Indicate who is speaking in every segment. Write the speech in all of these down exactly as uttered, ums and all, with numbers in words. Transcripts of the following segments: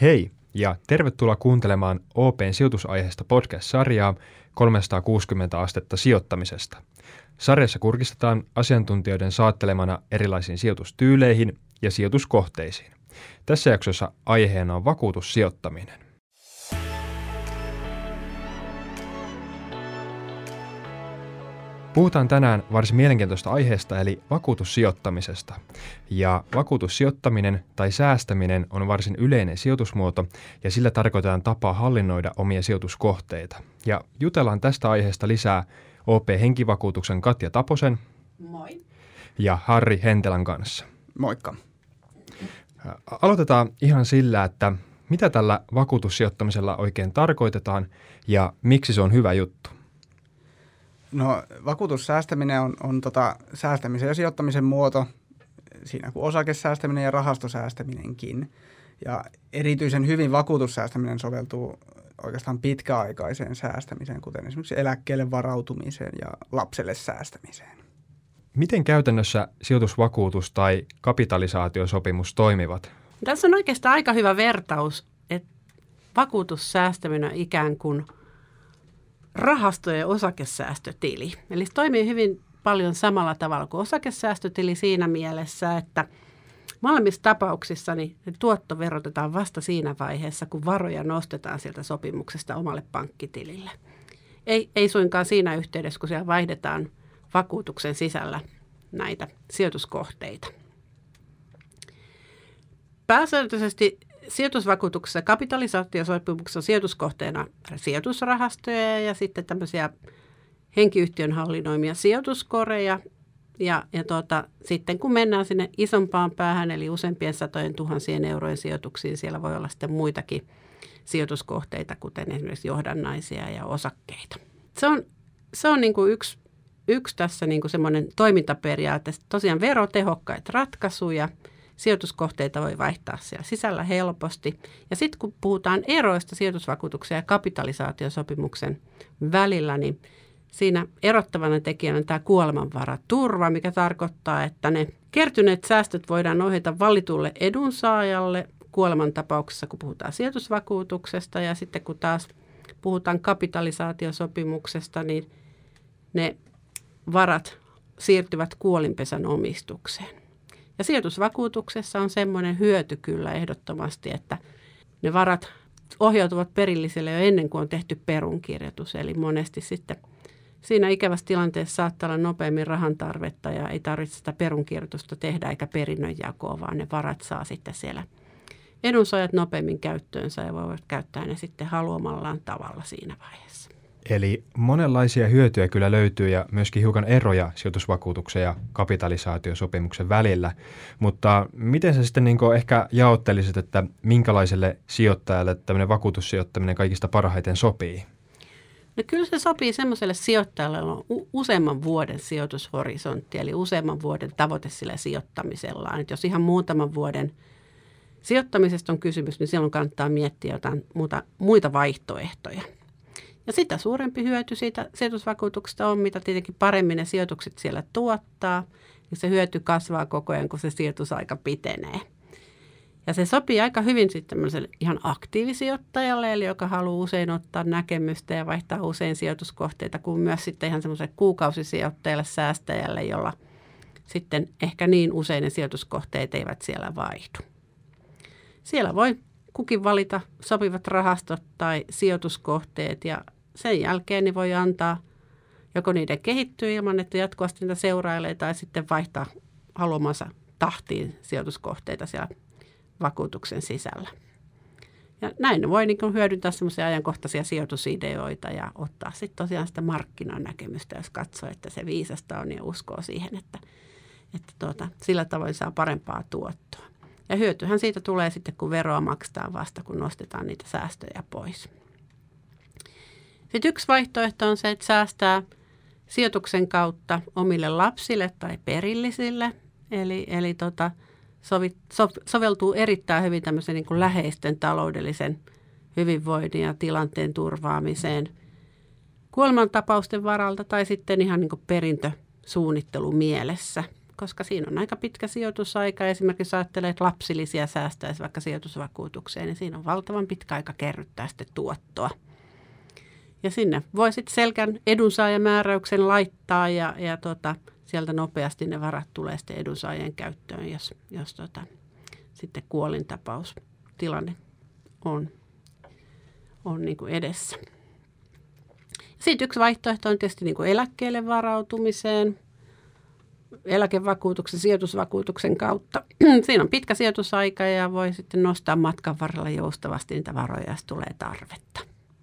Speaker 1: Hei ja tervetuloa kuuntelemaan O P:n sijoitusaiheesta podcast-sarjaa kolmesataakuusikymmentä astetta sijoittamisesta. Sarjassa kurkistetaan asiantuntijoiden saattelemana erilaisiin sijoitustyyleihin ja sijoituskohteisiin. Tässä jaksossa aiheena on vakuutussijoittaminen. Puhutaan tänään varsin mielenkiintoista aiheesta eli vakuutussijoittamisesta. Ja vakuutussijoittaminen tai säästäminen on varsin yleinen sijoitusmuoto ja sillä tarkoitetaan tapaa hallinnoida omia sijoituskohteita. Ja jutellaan tästä aiheesta lisää O P-henkivakuutuksen Katja Taposen
Speaker 2: Moi.
Speaker 1: ja Harri Hentelän kanssa.
Speaker 3: Moikka.
Speaker 1: Aloitetaan ihan sillä, että mitä tällä vakuutussijoittamisella oikein tarkoitetaan ja miksi se on hyvä juttu?
Speaker 3: No vakuutussäästäminen on, on tota, säästämisen ja sijoittamisen muoto siinä kuin osakesäästäminen ja rahastosäästäminenkin. Ja erityisen hyvin vakuutussäästäminen soveltuu oikeastaan pitkäaikaiseen säästämiseen, kuten esimerkiksi eläkkeelle varautumiseen ja lapselle säästämiseen.
Speaker 1: Miten käytännössä sijoitusvakuutus tai kapitalisaatiosopimus toimivat?
Speaker 2: Tässä on oikeastaan aika hyvä vertaus, että vakuutussäästäminen on ikään kuin rahasto- ja osakesäästötili. Eli se toimii hyvin paljon samalla tavalla kuin osakesäästötili siinä mielessä, että molemmissa tapauksissa niin tuotto verotetaan vasta siinä vaiheessa, kun varoja nostetaan sieltä sopimuksesta omalle pankkitilille. Ei, ei suinkaan siinä yhteydessä, kun siellä vaihdetaan vakuutuksen sisällä näitä sijoituskohteita. Pääsääntöisesti sijoitusvakuutuksessa ja kapitalisaatiosopimuksessa on sijoituskohteena sijoitusrahastoja ja sitten tämmöisiä henkiyhtiön hallinnoimia sijoituskoreja. Ja, ja tuota, sitten kun mennään sinne isompaan päähän, eli useampien satojen tuhansien eurojen sijoituksiin, siellä voi olla sitten muitakin sijoituskohteita, kuten esimerkiksi johdannaisia ja osakkeita. Se on, se on niin kuin yksi, yksi tässä niin kuin semmoinen toimintaperiaate, tosiaan verotehokkaita ratkaisuja. Sijoituskohteita voi vaihtaa siellä sisällä helposti. Ja sitten kun puhutaan eroista sijoitusvakuutuksen ja kapitalisaatiosopimuksen välillä, niin siinä erottavana tekijänä on tämä kuolemanvaraturva, mikä tarkoittaa, että ne kertyneet säästöt voidaan ohjata valitulle edunsaajalle kuolemantapauksessa, kun puhutaan sijoitusvakuutuksesta. Ja sitten kun taas puhutaan kapitalisaatiosopimuksesta, niin ne varat siirtyvät kuolinpesän omistukseen. Ja sijoitusvakuutuksessa on semmoinen hyöty kyllä ehdottomasti, että ne varat ohjautuvat perilliselle jo ennen kuin on tehty perunkirjoitus. Eli monesti sitten siinä ikävässä tilanteessa saattaa olla nopeammin rahan tarvetta ja ei tarvitse sitä perunkirjoitusta tehdä eikä perinnönjakoa, vaan ne varat saa sitten siellä edunsaajat nopeammin käyttöönsä ja voivat käyttää ne sitten haluamallaan tavalla siinä vaiheessa.
Speaker 1: Eli monenlaisia hyötyjä kyllä löytyy ja myöskin hiukan eroja sijoitusvakuutuksen ja kapitalisaatiosopimuksen välillä. Mutta miten sä sitten niin kuin ehkä jaottelisit, että minkälaiselle sijoittajalle tämmöinen vakuutussijoittaminen kaikista parhaiten sopii?
Speaker 2: No kyllä se sopii semmoiselle sijoittajalle, jolla on useamman vuoden sijoitushorisontti, eli useamman vuoden tavoite sillä sijoittamisellaan. Että jos ihan muutaman vuoden sijoittamisesta on kysymys, niin silloin kannattaa miettiä jotain muuta, muita vaihtoehtoja. Ja sitä suurempi hyöty siitä sijoitusvakuutuksesta on, mitä tietenkin paremmin ne sijoitukset siellä tuottaa. Ja se hyöty kasvaa koko ajan, kun se sijoitusaika pitenee. Ja se sopii aika hyvin sitten ihan aktiivisijoittajalle, eli joka haluaa usein ottaa näkemystä ja vaihtaa usein sijoituskohteita, kuin myös sitten ihan semmoiselle kuukausisijoittajalle, säästäjälle, jolla sitten ehkä niin usein ne sijoituskohteet eivät siellä vaihdu. Siellä voi kukin valita sopivat rahastot tai sijoituskohteet ja sen jälkeen niin voi antaa joko niiden kehittyä ilman, että jatkuvasti niitä seurailee tai sitten vaihtaa haluamansa tahtiin sijoituskohteita siellä vakuutuksen sisällä. Ja näin voi niin kuin hyödyntää semmoisia ajankohtaisia sijoitusideoita ja ottaa sitten tosiaan sitä markkinan näkemystä, jos katsoo, että se viisasta on ja uskoo siihen, että, että tuota, sillä tavoin saa parempaa tuottoa. Ja hyötyhän siitä tulee sitten, kun veroa maksetaan vasta, kun nostetaan niitä säästöjä pois. Sitten yksi vaihtoehto on se, että säästää sijoituksen kautta omille lapsille tai perillisille. Eli, eli tota, sovi, so, soveltuu erittäin hyvin tämmöisen niin kuin läheisten taloudellisen hyvinvoinnin ja tilanteen turvaamiseen kuolemantapausten varalta tai sitten ihan niin kuin perintösuunnittelu mielessä. koska siinä on aika pitkä sijoitusaika. Esimerkiksi ajattelee, että lapsilisiä säästäisi vaikka sijoitusvakuutukseen, niin siinä on valtavan pitkä aika kerryttää sitten tuottoa. Ja sinne voi sitten selkän edunsaajamääräyksen laittaa ja, ja tota, sieltä nopeasti ne varat tulee sitten edunsaajien käyttöön, jos, jos tota, sitten kuolintapaustilanne on, on niin kuin edessä. Sitten yksi vaihtoehto on tietysti niin kuin eläkkeelle varautumiseen, eläkevakuutuksen, sijoitusvakuutuksen kautta. Siinä on pitkä sijoitusaika ja voi sitten nostaa matkan varrella joustavasti niitä varoja, jos tulee tarvetta.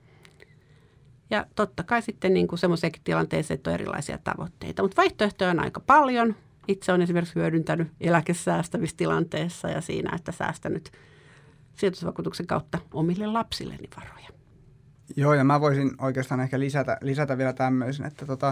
Speaker 2: Ja totta kai sitten niin kuin semmoisenkin tilanteeseen, että on erilaisia tavoitteita. Mutta vaihtoehtoja on aika paljon. Itse olen esimerkiksi hyödyntänyt eläkesäästämistilanteessa ja siinä, että säästänyt sijoitusvakuutuksen kautta omille lapsilleni varoja.
Speaker 3: Joo, ja mä voisin oikeastaan ehkä lisätä, lisätä vielä tämmöisen, että tota,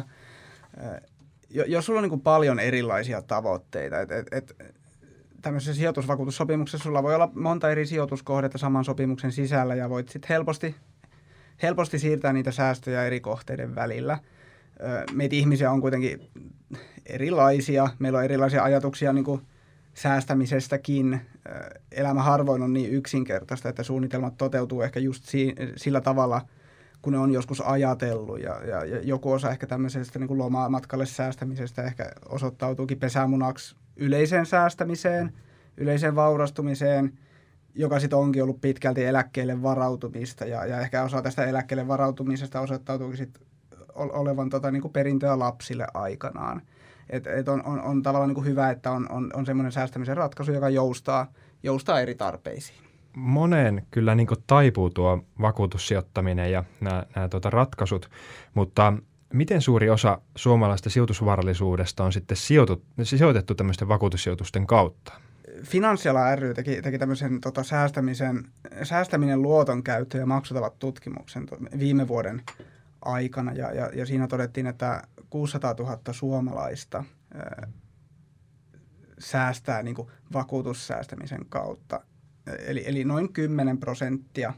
Speaker 3: jos sulla on niin kuin paljon erilaisia tavoitteita, että et, et, tämmöisessä sijoitusvakuutussopimuksessa sulla voi olla monta eri sijoituskohdetta saman sopimuksen sisällä ja voit sitten helposti, helposti siirtää niitä säästöjä eri kohteiden välillä. Meitä ihmisiä on kuitenkin erilaisia, meillä on erilaisia ajatuksia niin kuin säästämisestäkin. Elämä harvoin on niin yksinkertaista, että suunnitelmat toteutuu ehkä just si- sillä tavalla, kun ne on joskus ajatellut. Ja, ja, ja joku osa ehkä tämmöisestä niin kuin lomamatkalle säästämisestä ehkä osoittautuukin pesämunaksi yleiseen säästämiseen, yleiseen vaurastumiseen, joka sitten onkin ollut pitkälti eläkkeelle varautumista. Ja, ja ehkä osa tästä eläkkeelle varautumisesta osoittautuukin sitten olevan tota, niin kuin perintöä lapsille aikanaan. Et, et on, on, on tavallaan niin kuin hyvä, että on, on, on semmoinen säästämisen ratkaisu, joka joustaa, joustaa eri tarpeisiin.
Speaker 1: Moneen kyllä niin kuin taipuu tuo vakuutussijoittaminen ja nämä, nämä tuota ratkaisut, mutta miten suuri osa suomalaista sijoitusvarallisuudesta on sitten sijoitut, sijoitettu tämmöisten vakuutussijoitusten kautta?
Speaker 3: Finanssiala ry teki, teki tämmöisen tota, säästämisen, säästäminen luoton käyttö ja maksutavat tutkimuksen to, viime vuoden aikana ja, ja, ja siinä todettiin, että kuusisataatuhatta suomalaista ää, säästää niin kuin vakuutussäästämisen kautta, eli, eli noin kymmenen prosenttia.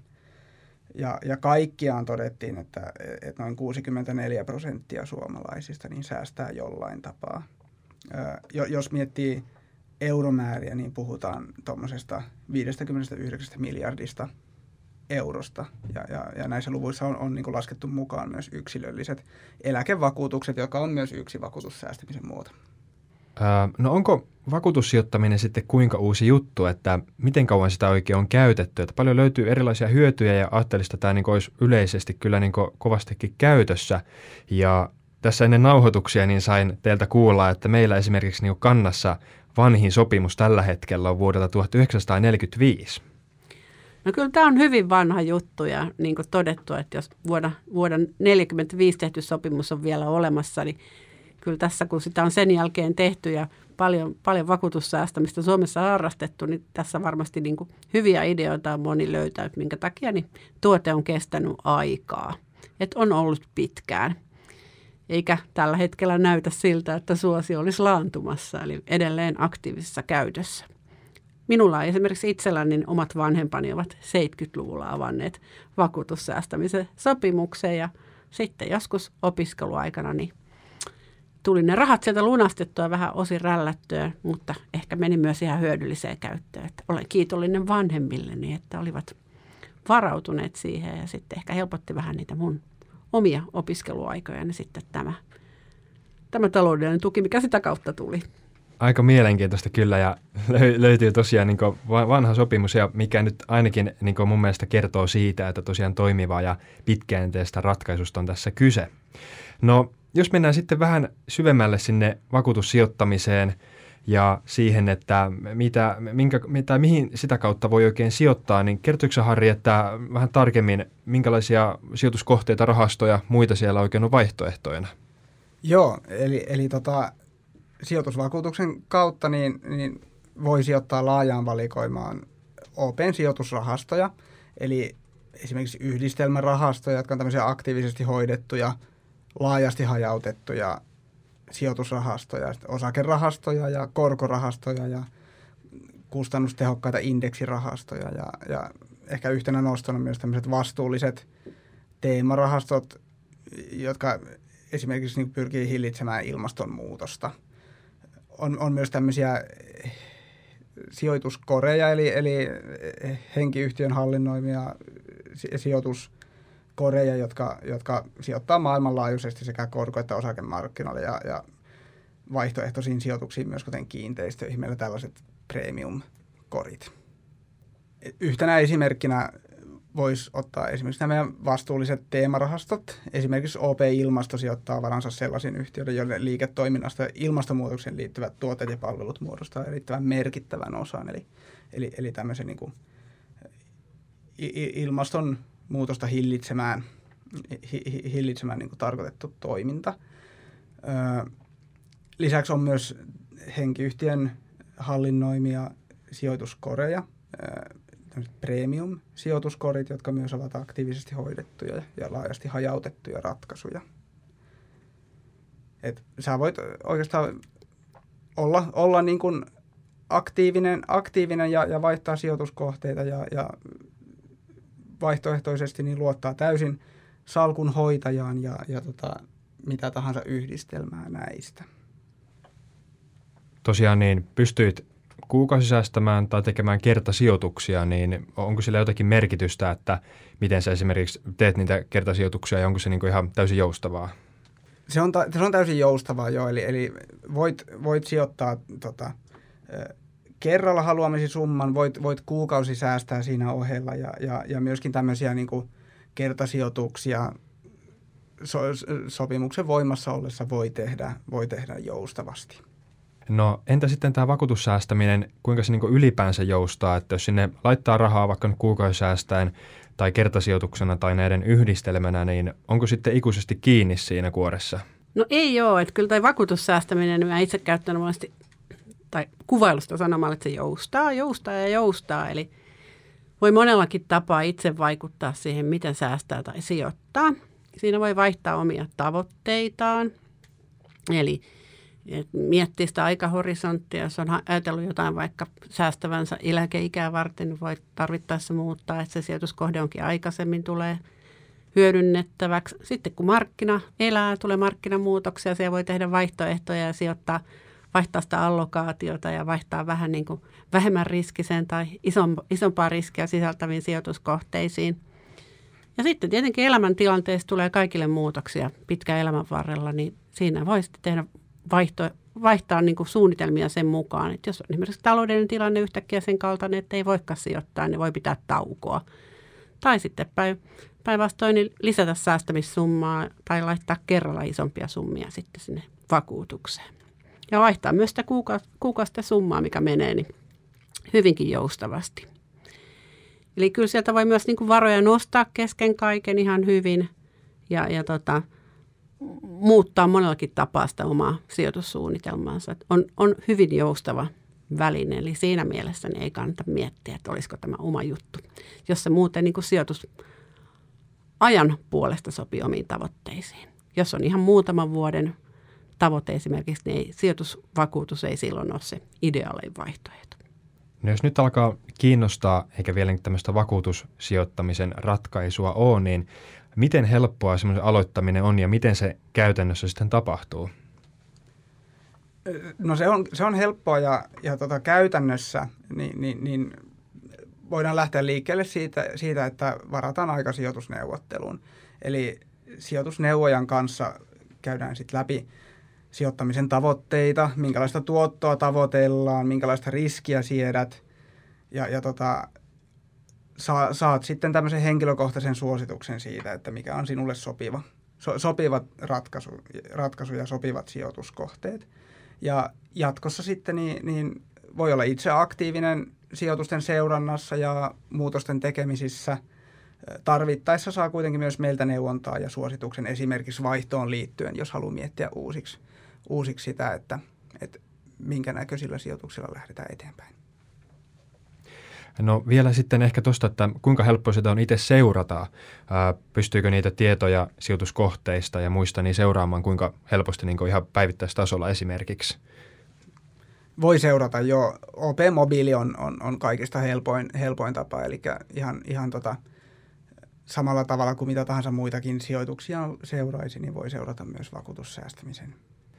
Speaker 3: Ja, ja kaikkiaan todettiin, että, että noin kuusikymmentäneljä prosenttia suomalaisista niin säästää jollain tapaa. Ää, jos miettii euromääriä, niin puhutaan tuommoisesta viisikymmentäyhdeksän miljardista eurosta. Ja, ja, ja näissä luvuissa on, on niin kuin laskettu mukaan myös yksilölliset eläkevakuutukset, joka on myös yksi vakuutussäästämisen muoto.
Speaker 1: Öö, no onko vakuutussijoittaminen sitten kuinka uusi juttu, että miten kauan sitä oikein on käytetty? Että paljon löytyy erilaisia hyötyjä ja ajattelista, että tämä niin kuin olisi yleisesti kyllä niin kuin kovastikin käytössä. Ja tässä ennen nauhoituksia niin sain teiltä kuulla, että meillä esimerkiksi niin kuin Kannassa vanhin sopimus tällä hetkellä on vuodelta tuhatyhdeksänsataaneljäkymmentäviisi.
Speaker 2: No kyllä tämä on hyvin vanha juttu ja niin kuin todettu, että jos vuonna, vuoden neljäkymmentäviisi tehty sopimus on vielä olemassa, niin kyllä tässä kun sitä on sen jälkeen tehty ja paljon, paljon vakuutussäästämistä Suomessa harrastettu, niin tässä varmasti niin kuin hyviä ideoita on moni löytänyt, minkä takia niin tuote on kestänyt aikaa. Että on ollut pitkään. Eikä tällä hetkellä näytä siltä, että suosio olisi laantumassa, eli edelleen aktiivisessa käytössä. Minulla esimerkiksi itselläni niin omat vanhempani ovat seitsemänkymmentäluvulla avanneet vakuutussäästämisen sopimuksen ja sitten joskus opiskeluaikana niin tuli ne rahat sieltä lunastettua vähän osin rällättyä, mutta ehkä meni myös ihan hyödylliseen käyttöön. Että olen kiitollinen vanhemmilleni, että olivat varautuneet siihen ja sitten ehkä helpotti vähän niitä mun omia opiskeluaikoja, niin sitten tämä, tämä taloudellinen tuki, mikä sitä kautta tuli.
Speaker 1: Aika mielenkiintoista kyllä ja löytyy tosiaan niin kuin vanha sopimus ja mikä nyt ainakin niin kuin mun mielestä kertoo siitä, että tosiaan toimiva ja pitkäjänteisestä ratkaisusta on tässä kyse. No jos mennään sitten vähän syvemmälle sinne vakuutussijoittamiseen ja siihen, että mitä, minkä, mitä, mihin sitä kautta voi oikein sijoittaa, niin kertoiko Harri, että vähän tarkemmin, minkälaisia sijoituskohteita, rahastoja, muita siellä oikein on vaihtoehtoina?
Speaker 3: Joo, eli, eli tota, sijoitusvakuutuksen kautta niin, niin voi sijoittaa laajaan valikoimaan Open sijoitusrahastoja, eli esimerkiksi yhdistelmärahastoja, jotka on tämmöisiä aktiivisesti hoidettuja, laajasti hajautettuja sijoitusrahastoja, osakerahastoja ja korkorahastoja ja kustannustehokkaita indeksirahastoja ja, ja ehkä yhtenä nostona myös tämmöiset vastuulliset teemarahastot, jotka esimerkiksi niin pyrkii hillitsemään ilmastonmuutosta. on, on myös tämmöisiä sijoituskoreja, eli, eli henkiyhtiön hallinnoimia sijoituskoreja, jotka, jotka sijoittaa maailmanlaajuisesti sekä korko- että osakemarkkinoille ja, ja vaihtoehtoisiin sijoituksiin myös kuten kiinteistöihin. Meillä tällaiset premium-korit. Yhtenä esimerkkinä voisi ottaa esimerkiksi nämä meidän vastuulliset teemarahastot. Esimerkiksi O P-ilmasto sijoittaa varansa sellaisiin yhtiöiden, joiden liiketoiminnasta ilmastonmuutokseen liittyvät tuotteet ja palvelut muodostaa erittäin merkittävän osan. Eli, eli, eli tämmöisen niin kuin ilmastonmuutosta hillitsemään, hillitsemään niin kuin tarkoitettu toiminta. Lisäksi on myös henkiyhtiön hallinnoimia sijoituskoreja, premium-sijoituskorit, jotka myös ovat aktiivisesti hoidettuja ja laajasti hajautettuja ratkaisuja. Et sä voit oikeastaan olla, olla niin kuin aktiivinen, aktiivinen ja, ja vaihtaa sijoituskohteita ja, ja vaihtoehtoisesti niin luottaa täysin salkun hoitajaan ja, ja tota, mitä tahansa yhdistelmää näistä.
Speaker 1: Tosiaan niin pystyit kuukausisäästämään tai tekemään kertasijoituksia, niin onko sillä jotakin merkitystä, että miten sä esimerkiksi teet niitä kertasijoituksia ja onko se niin kuin ihan täysin joustavaa?
Speaker 3: Se on, ta- se on täysin joustavaa jo, eli, eli voit, voit sijoittaa tota, kerralla haluamasi summan, voit, voit kuukausi säästää siinä ohella ja, ja, ja myöskin tämmöisiä niin kuin kertasijoituksia so, sopimuksen voimassa ollessa voi tehdä, voi tehdä joustavasti.
Speaker 1: No entä sitten tämä vakuutussäästäminen, kuinka se niin kuin ylipäänsä joustaa, että jos sinne laittaa rahaa vaikka kuukausisäästäen tai kertasijoituksena tai näiden yhdistelmänä, niin onko sitten ikuisesti kiinni siinä kuoressa?
Speaker 2: No ei ole, että kyllä toi vakuutussäästäminen, mä itse käyttänyt monesti, tai kuvailusta sanomalla, että se joustaa, joustaa ja joustaa, eli voi monellakin tapaa itse vaikuttaa siihen, miten säästää tai sijoittaa. Siinä voi vaihtaa omia tavoitteitaan, eli miettiä sitä aikahorisonttia, jos on ajatellut jotain vaikka säästävänsä eläkeikää varten, niin voi tarvittaessa muuttaa, että se sijoituskohde onkin aikaisemmin tulee hyödynnettäväksi. Sitten kun markkina elää, tulee markkinamuutoksia, se voi tehdä vaihtoehtoja ja sijoittaa, vaihtaa sitä allokaatiota ja vaihtaa vähän niin kuin vähemmän riskiseen tai isompaa riskiä sisältäviin sijoituskohteisiin. Ja sitten tietenkin elämäntilanteessa tulee kaikille muutoksia pitkän elämän varrella, niin siinä voi sitten tehdä Vaihto, vaihtaa niin kuin suunnitelmia sen mukaan, että jos on esimerkiksi taloudellinen tilanne yhtäkkiä sen kaltainen, että ei voikaan sijoittaa, niin voi pitää taukoa. Tai sitten päinvastoin niin lisätä säästämissummaa tai laittaa kerralla isompia summia sitten sinne vakuutukseen. Ja vaihtaa myös sitä kuukaus- kuukausista summaa, mikä menee, niin hyvinkin joustavasti. Eli kyllä sieltä voi myös niin kuin varoja nostaa kesken kaiken ihan hyvin ja, ja tota, muuttaa monellakin tapaa sitä omaa sijoitussuunnitelmaansa. On, on hyvin joustava väline, eli siinä mielessä niin ei kannata miettiä, että olisiko tämä oma juttu. Jos se muuten niin kuin sijoitusajan puolesta sopii omiin tavoitteisiin. Jos on ihan muutaman vuoden tavoite esimerkiksi, niin ei, sijoitusvakuutus ei silloin ole se ideaalinen vaihtoehto.
Speaker 1: No jos nyt alkaa kiinnostaa, eikä vielä tämmöistä vakuutussijoittamisen ratkaisua ole, niin miten helppoa semmoisen aloittaminen on ja miten se käytännössä sitten tapahtuu?
Speaker 3: No se on, se on helppoa ja, ja tota käytännössä niin, niin, niin voidaan lähteä liikkeelle siitä, siitä, että varataan aika sijoitusneuvotteluun. Eli sijoitusneuvojan kanssa käydään sitten läpi sijoittamisen tavoitteita, minkälaista tuottoa tavoitellaan, minkälaista riskiä siedät ja, ja tota, Sa, saat sitten tämmöisen henkilökohtaisen suosituksen siitä, että mikä on sinulle sopiva, so, sopivat ratkaisu, ratkaisu ja sopivat sijoituskohteet. Ja jatkossa sitten niin, niin voi olla itse aktiivinen sijoitusten seurannassa ja muutosten tekemisissä. Tarvittaessa saa kuitenkin myös meiltä neuvontaa ja suosituksen esimerkiksi vaihtoon liittyen, jos haluaa miettiä uusiksi, uusiksi sitä, että, että minkä näköisillä sijoituksilla lähdetään eteenpäin.
Speaker 1: No vielä sitten ehkä tuosta, että kuinka helppoa sitä on itse seurata. Ää, pystyykö niitä tietoja sijoituskohteista ja muista niin seuraamaan kuinka helposti niin kuin ihan päivittäistasolla esimerkiksi?
Speaker 3: Voi seurata jo. O P-mobiili on, on, on kaikista helpoin, helpoin tapa, eli ihan, ihan tota, samalla tavalla kuin mitä tahansa muitakin sijoituksia seuraisi, niin voi seurata myös vakuutussäästämisen.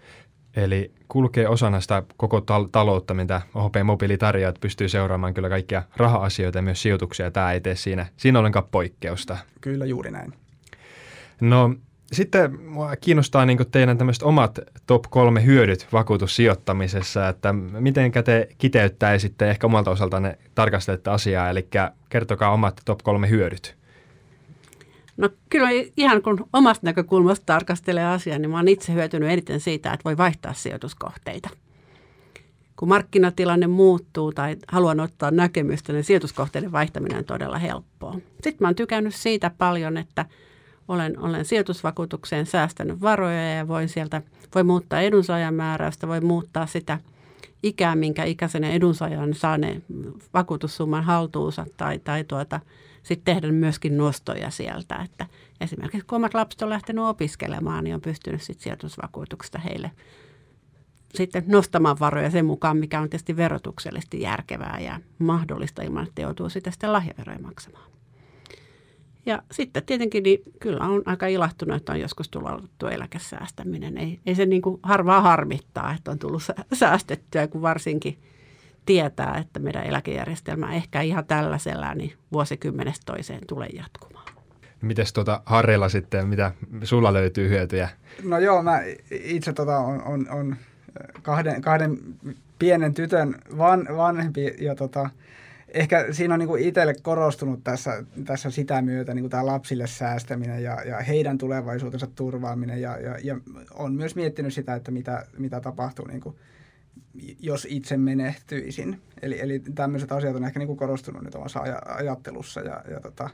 Speaker 1: Eli kulkee osana sitä koko tal- taloutta, mitä O H P-mobiili tarjoaa, että pystyy seuraamaan kyllä kaikkia raha-asioita ja myös sijoituksia. Tämä ei tee siinä, siinä ollenkaan poikkeusta.
Speaker 3: Kyllä, juuri näin.
Speaker 1: No sitten mua kiinnostaa niin kuin teidän tämmöiset omat top kolme hyödyt vakuutussijoittamisessa, että mitenkä te kiteyttäisitte ehkä omalta osaltanne tarkastelette asiaa, eli kertokaa omat top kolme hyödyt.
Speaker 2: No kyllä ihan kun omasta näkökulmasta tarkastelee asiaa, niin mä oon itse hyötynyt eniten siitä, että voi vaihtaa sijoituskohteita. Kun markkinatilanne muuttuu tai haluan ottaa näkemystä, niin sijoituskohteiden vaihtaminen on todella helppoa. Sitten mä oon tykännyt siitä paljon, että olen, olen sijoitusvakuutukseen säästänyt varoja ja voin sieltä voi muuttaa edunsaajamääräystä, voi muuttaa sitä ikää, minkä ikäisenä edunsaajan saa ne vakuutussumman haltuunsa tai, tai tuota, sitten tehdä myöskin nostoja sieltä. Että esimerkiksi kun omat lapset on lähtenyt opiskelemaan, niin on pystynyt sitten sijoitusvakuutuksesta heille sitten nostamaan varoja sen mukaan, mikä on tietysti verotuksellisesti järkevää ja mahdollista ilman, että joutuu sitä sitten lahjaveroja maksamaan. Ja sitten tietenkin niin kyllä on aika ilahtunut, että on joskus tullut tuo eläkesäästäminen. Ei, ei se niin kuin harvaa harmittaa, että on tullut säästettyä, kun varsinkin tietää, että meidän eläkejärjestelmä ehkä ihan tällaisella niin vuosikymmenestä toiseen tulee jatkumaan.
Speaker 1: Mites tuota Harrilla sitten, mitä sulla löytyy hyötyjä?
Speaker 3: No joo, mä itse tota on, on, on kahden, kahden pienen tytön van, vanhempi ja tota, ehkä siinä on niinku itselle korostunut tässä, tässä sitä myötä niinku tämä lapsille säästäminen ja, ja heidän tulevaisuutensa turvaaminen ja, ja, ja on myös miettinyt sitä, että mitä, mitä tapahtuu niinku, jos itse menehtyisin. Eli, eli tämmöiset asiat on ehkä niinku korostunut nyt omassa aj- ajattelussa ja, ja tota,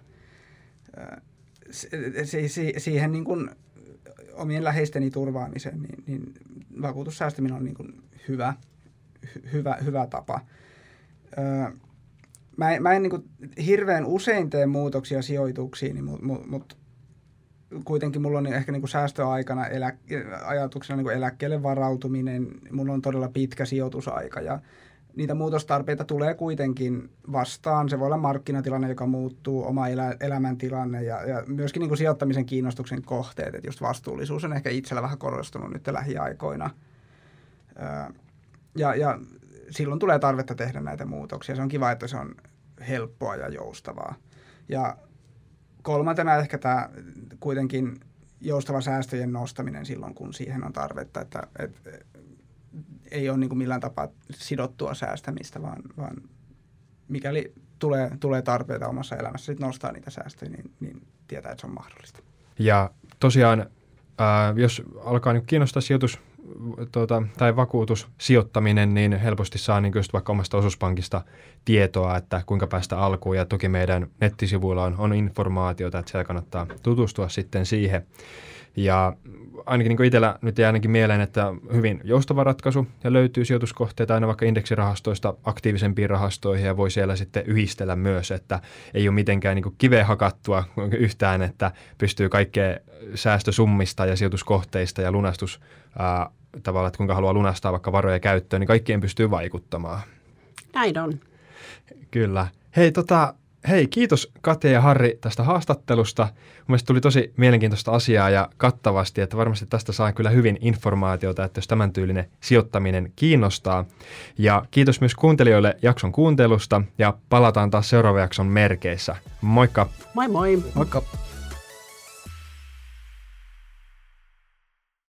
Speaker 3: si, si, siihen niinku omien läheisteni turvaamiseen, niin, niin vakuutussäästäminen on niinku hyvä, hy, hyvä, hyvä tapa. Öö, mä en, mä en niinku hirveän usein tee muutoksia sijoituksiin, mutta mut, mut kuitenkin mulla on ehkä niinku säästöaikana elä, ajatuksena niinku eläkkeelle varautuminen. Mulla on todella pitkä sijoitusaika ja niitä muutostarpeita tulee kuitenkin vastaan. Se voi olla markkinatilanne, joka muuttuu, oma elä, elämäntilanne ja, ja myöskin niinku sijoittamisen kiinnostuksen kohteet. Et just vastuullisuus on ehkä itsellä vähän korostunut nyt lähiaikoina. Ja, ja silloin tulee tarvetta tehdä näitä muutoksia. Se on kiva, että se on helppoa ja joustavaa. Ja kolmantena ehkä tämä kuitenkin joustava säästöjen nostaminen silloin, kun siihen on tarvetta, että et, ei ole niin kuin millään tapaa sidottua säästämistä, vaan, vaan mikäli tulee, tulee tarpeita omassa elämässä, sitten nostaa niitä säästöjä, niin, niin tietää, että se on mahdollista.
Speaker 1: Ja tosiaan, ää, jos alkaa niin kiinnostaa sijoitus tuota, tai vakuutussijoittaminen, niin helposti saa niin just vaikka omasta osuuspankista tietoa, että kuinka päästä alkuun. Ja toki meidän nettisivuilla on, on informaatiota, että siellä kannattaa tutustua sitten siihen. Ja ainakin niin itsellä nyt jää ainakin mieleen, että hyvin joustava ratkaisu ja löytyy sijoituskohteita aina vaikka indeksirahastoista aktiivisempiin rahastoihin ja voi siellä sitten yhdistellä myös, että ei ole mitenkään niin kiveen hakattua yhtään, että pystyy kaikkea säästösummista ja sijoituskohteista ja lunastus ää, tavallaan, että kuinka haluaa lunastaa vaikka varoja käyttöön, niin kaikkien pystyy vaikuttamaan.
Speaker 2: Näin on.
Speaker 1: Kyllä. Hei tota... Hei, kiitos Kate ja Harri tästä haastattelusta. Mun mielestä tuli tosi mielenkiintoista asiaa ja kattavasti, että varmasti tästä saa kyllä hyvin informaatiota, että jos tämän tyylinen sijoittaminen kiinnostaa. Ja kiitos myös kuuntelijoille jakson kuuntelusta ja palataan taas seuraavan jakson merkeissä. Moikka!
Speaker 2: Moi moi!
Speaker 3: Moikka!